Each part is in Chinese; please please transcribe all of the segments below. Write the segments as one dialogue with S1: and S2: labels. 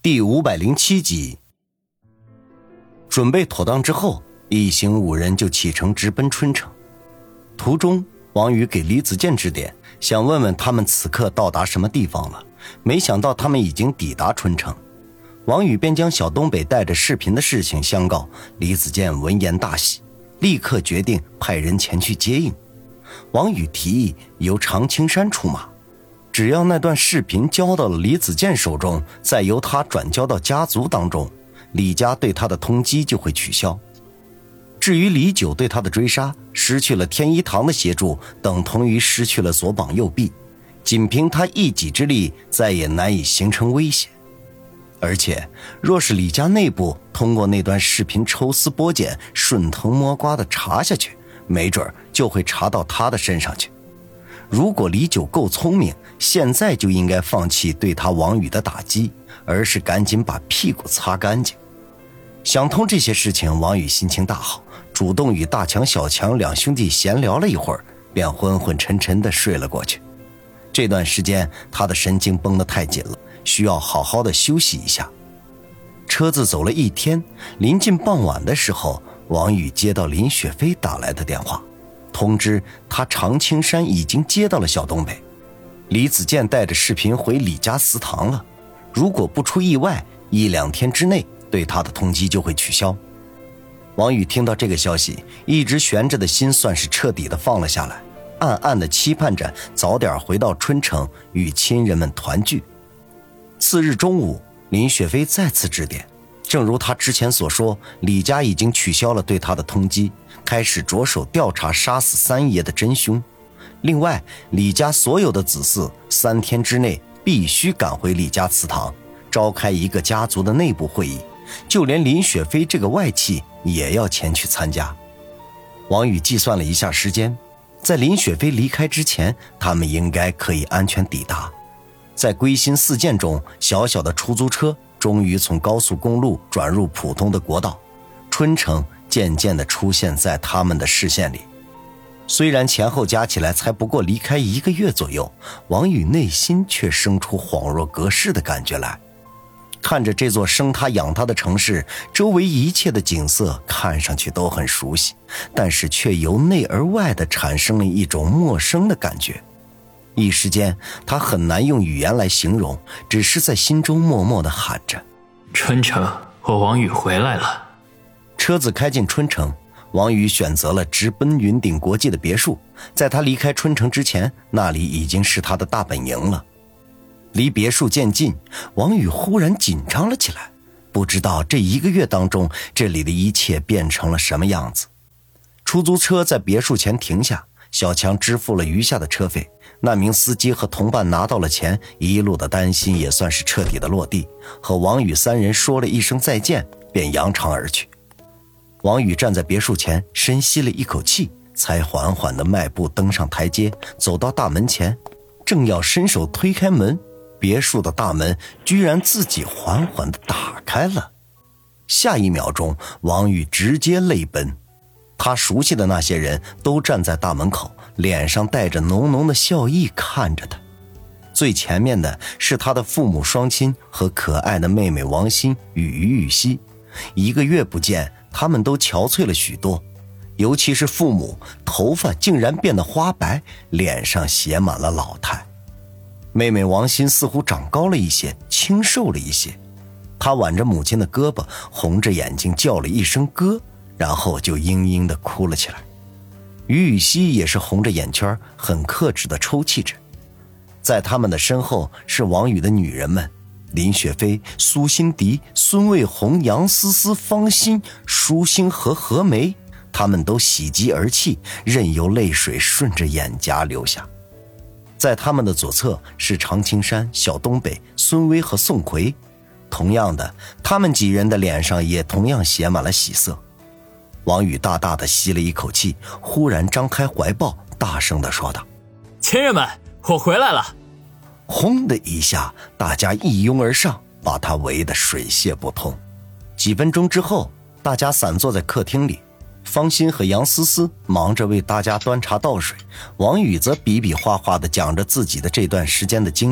S1: 第507集。准备妥当之后，一行5人就启程直奔春城。途中，王宇给李子健致电，想问问他们此刻到达什么地方了，没想到他们已经抵达春城。王宇便将小东北带着视频的事情相告，李子健闻言大喜，立刻决定派人前去接应。王宇提议由常青山出马，只要那段视频交到了李子健手中，再由他转交到家族当中，李家对他的通缉就会取消。至于李九对他的追杀，失去了天一堂的协助，等同于失去了左膀右臂，仅凭他一己之力再也难以形成威胁。而且若是李家内部通过那段视频抽丝剥茧，顺藤摸瓜地查下去，没准就会查到他的身上去。如果李九够聪明，现在就应该放弃对他王宇的打击，而是赶紧把屁股擦干净。想通这些事情，王宇心情大好，主动与大强小强两兄弟闲聊了一会儿，便昏昏沉沉地睡了过去。这段时间他的神经绷得太紧了，需要好好的休息一下。车子走了一天，临近傍晚的时候，王宇接到林雪飞打来的电话，通知他常青山已经接到了小东北，李子健带着视频回李家祠堂了，如果不出意外，1-2天之内对他的通缉就会取消。王宇听到这个消息，一直悬着的心算是彻底的放了下来，暗暗的期盼着早点回到春城与亲人们团聚。次日中午，林雪飞再次致电，正如他之前所说，李家已经取消了对他的通缉，开始着手调查杀死三爷的真凶。另外，李家所有的子嗣3天之内必须赶回李家祠堂，召开一个家族的内部会议，就连林雪飞这个外戚也要前去参加。王宇计算了一下时间，在林雪飞离开之前，他们应该可以安全抵达。在归心似箭中，小小的出租车终于从高速公路转入普通的国道，春城渐渐地出现在他们的视线里。虽然前后加起来才不过离开1个月左右，王宇内心却生出恍若隔世的感觉来。看着这座生他养他的城市，周围一切的景色看上去都很熟悉，但是却由内而外地产生了一种陌生的感觉。一时间他很难用语言来形容，只是在心中默默地喊着：
S2: 春城，我王宇回来了。
S1: 车子开进春城，王宇选择了直奔云顶国际的别墅。在他离开春城之前，那里已经是他的大本营了。离别墅渐近，王宇忽然紧张了起来，不知道这1个月当中，这里的一切变成了什么样子。出租车在别墅前停下，小强支付了余下的车费，那名司机和同伴拿到了钱，一路的担心也算是彻底的落地，和王宇3人说了一声再见，便扬长而去。王宇站在别墅前，深吸了一口气，才缓缓地迈步登上台阶，走到大门前，正要伸手推开门，别墅的大门居然自己缓缓地打开了。下一秒钟，王宇直接泪奔。他熟悉的那些人都站在大门口，脸上带着浓浓的笑意看着他。最前面的是他的父母双亲和可爱的妹妹王欣与于雨溪，1个月不见，他们都憔悴了许多，尤其是父母，头发竟然变得花白，脸上写满了老态。妹妹王欣似乎长高了一些，清瘦了一些，她挽着母亲的胳膊，红着眼睛叫了一声哥，然后就嘤嘤地哭了起来。于雨溪也是红着眼圈，很克制地抽泣着。在他们的身后是王宇的女人们，林雪飞、苏辛迪、孙卫红、杨思思、方心、舒心和何梅，他们都喜极而泣，任由泪水顺着眼颊流下。在他们的左侧是常青山、小东北、孙威和宋奎，同样的，他们几人的脸上也同样写满了喜色。王宇大大的吸了一口气，忽然张开怀抱，大声地说道：
S2: 亲人们，我回来了。
S1: 轰的一下，大家一拥而上，把他围得水泄不通。几分钟之后，大家散坐在客厅里，方心和杨思思忙着为大家端茶倒水，王宇则比比划划地讲着自己的这段时间的经历，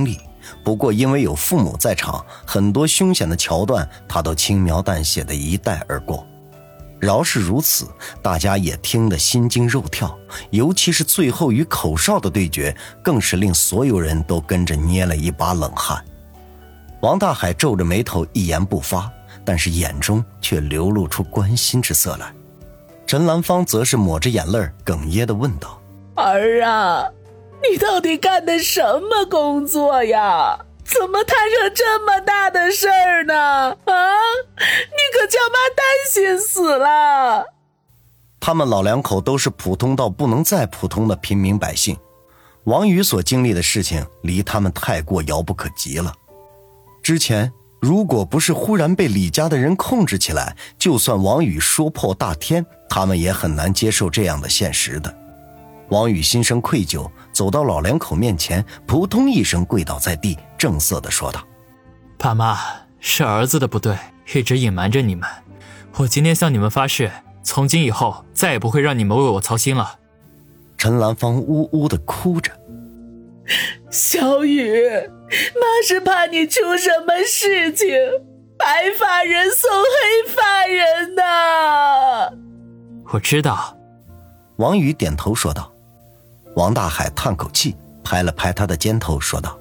S1: 不过因为有父母在场，很多凶险的桥段他都轻描淡写的一带而过。饶是如此，大家也听得心惊肉跳，尤其是最后与口哨的对决，更是令所有人都跟着捏了一把冷汗。王大海皱着眉头一言不发，但是眼中却流露出关心之色来。陈兰芳则是抹着眼泪哽咽地问道：
S3: 儿啊，你到底干的什么工作呀？怎么摊上这么大的事儿呢？你可叫妈担心死了。
S1: 他们老两口都是普通到不能再普通的平民百姓，王宇所经历的事情离他们太过遥不可及了。之前如果不是忽然被李家的人控制起来，就算王宇说破大天，他们也很难接受这样的现实的。王宇心生愧疚，走到老两口面前，扑通一声跪倒在地，正色地说道：
S2: 爸妈，是儿子的不对，一直隐瞒着你们。我今天向你们发誓，从今以后再也不会让你们为我操心了。
S1: 陈兰芳呜呜地哭着：
S3: 小雨，妈是怕你出什么事情，白发人送黑发人呐。
S2: 我知道。
S1: 王宇点头说道。王大海叹口气，拍了拍他的肩头说道：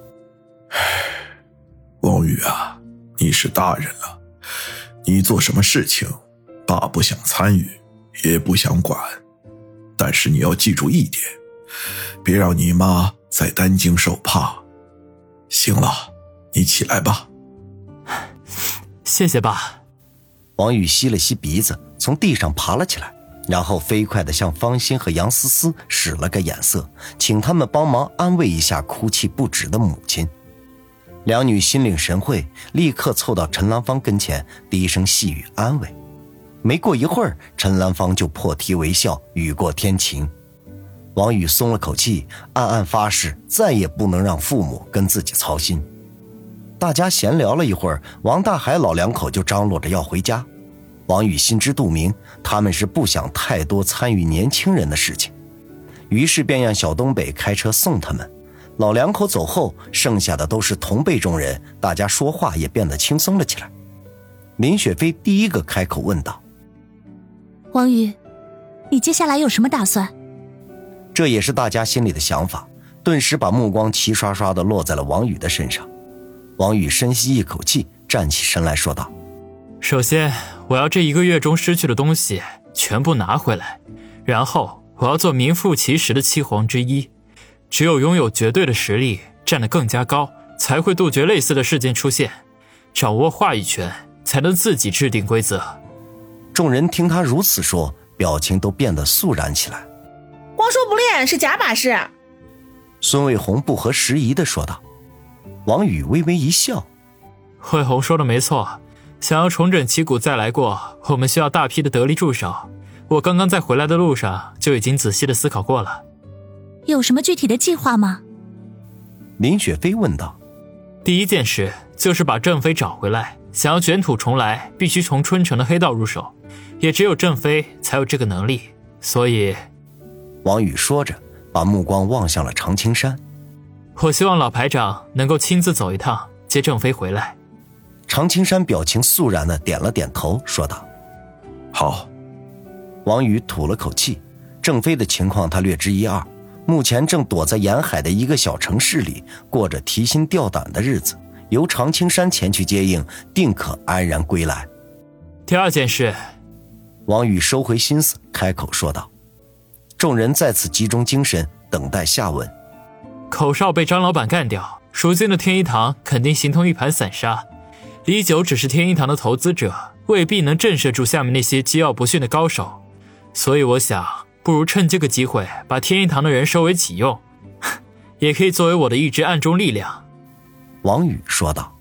S4: 王宇啊，你是大人了，你做什么事情爸不想参与也不想管，但是你要记住一点，别让你妈再担惊受怕。行了，你起来吧。
S2: 谢谢爸。
S1: 王宇吸了吸鼻子，从地上爬了起来，然后飞快地向方心和杨思思使了个眼色，请他们帮忙安慰一下哭泣不止的母亲。两女心领神会，立刻凑到陈兰芳跟前，低声细语安慰。没过一会儿，陈兰芳就破涕为笑，雨过天晴。王宇松了口气，暗暗发誓再也不能让父母跟自己操心。大家闲聊了一会儿，王大海老两口就张罗着要回家。王宇心知肚明，他们是不想太多参与年轻人的事情，于是便让小东北开车送他们。老两口走后，剩下的都是同辈中人，大家说话也变得轻松了起来。林雪飞第一个开口问道：
S5: 王宇，你接下来有什么打算？
S1: 这也是大家心里的想法，顿时把目光齐刷刷地落在了王宇的身上。王宇深吸一口气，站起身来说道：
S2: 首先，我要这1个月中失去的东西全部拿回来，然后我要做名副其实的七皇之一。只有拥有绝对的实力，站得更加高，才会杜绝类似的事件出现。掌握话语权，才能自己制定规则。
S1: 众人听他如此说，表情都变得肃然起来。
S3: 光说不练是假把式。
S1: 孙卫红不合时宜地说道。王宇微微一笑：
S2: 卫红说的没错，想要重整旗鼓再来过，我们需要大批的得力助手。我刚刚在回来的路上就已经仔细的思考过了。
S5: 有什么具体的计划吗？
S1: 林雪飞问道。
S2: 第一件事就是把郑飞找回来，想要卷土重来，必须从春城的黑道入手，也只有郑飞才有这个能力。所以，
S1: 王宇说着，把目光望向了常青山。
S2: 我希望老排长能够亲自走一趟，接郑飞回来。
S1: 常青山表情肃然地点了点头，说道：
S4: 好。
S1: 王宇吐了口气，郑飞的情况他略知一二，目前正躲在沿海的一个小城市里，过着提心吊胆的日子，由常青山前去接应，定可安然归来。
S2: 第二件事，
S1: 王宇收回心思，开口说道。众人再次集中精神，等待下文。
S2: 口哨被张老板干掉，如今的天一堂肯定形同一盘散沙。李九只是天一堂的投资者，未必能震慑住下面那些桀骜不驯的高手，所以我想不如趁这个机会把天一堂的人收为己用，也可以作为我的一支暗中力量。
S1: 王宇说道。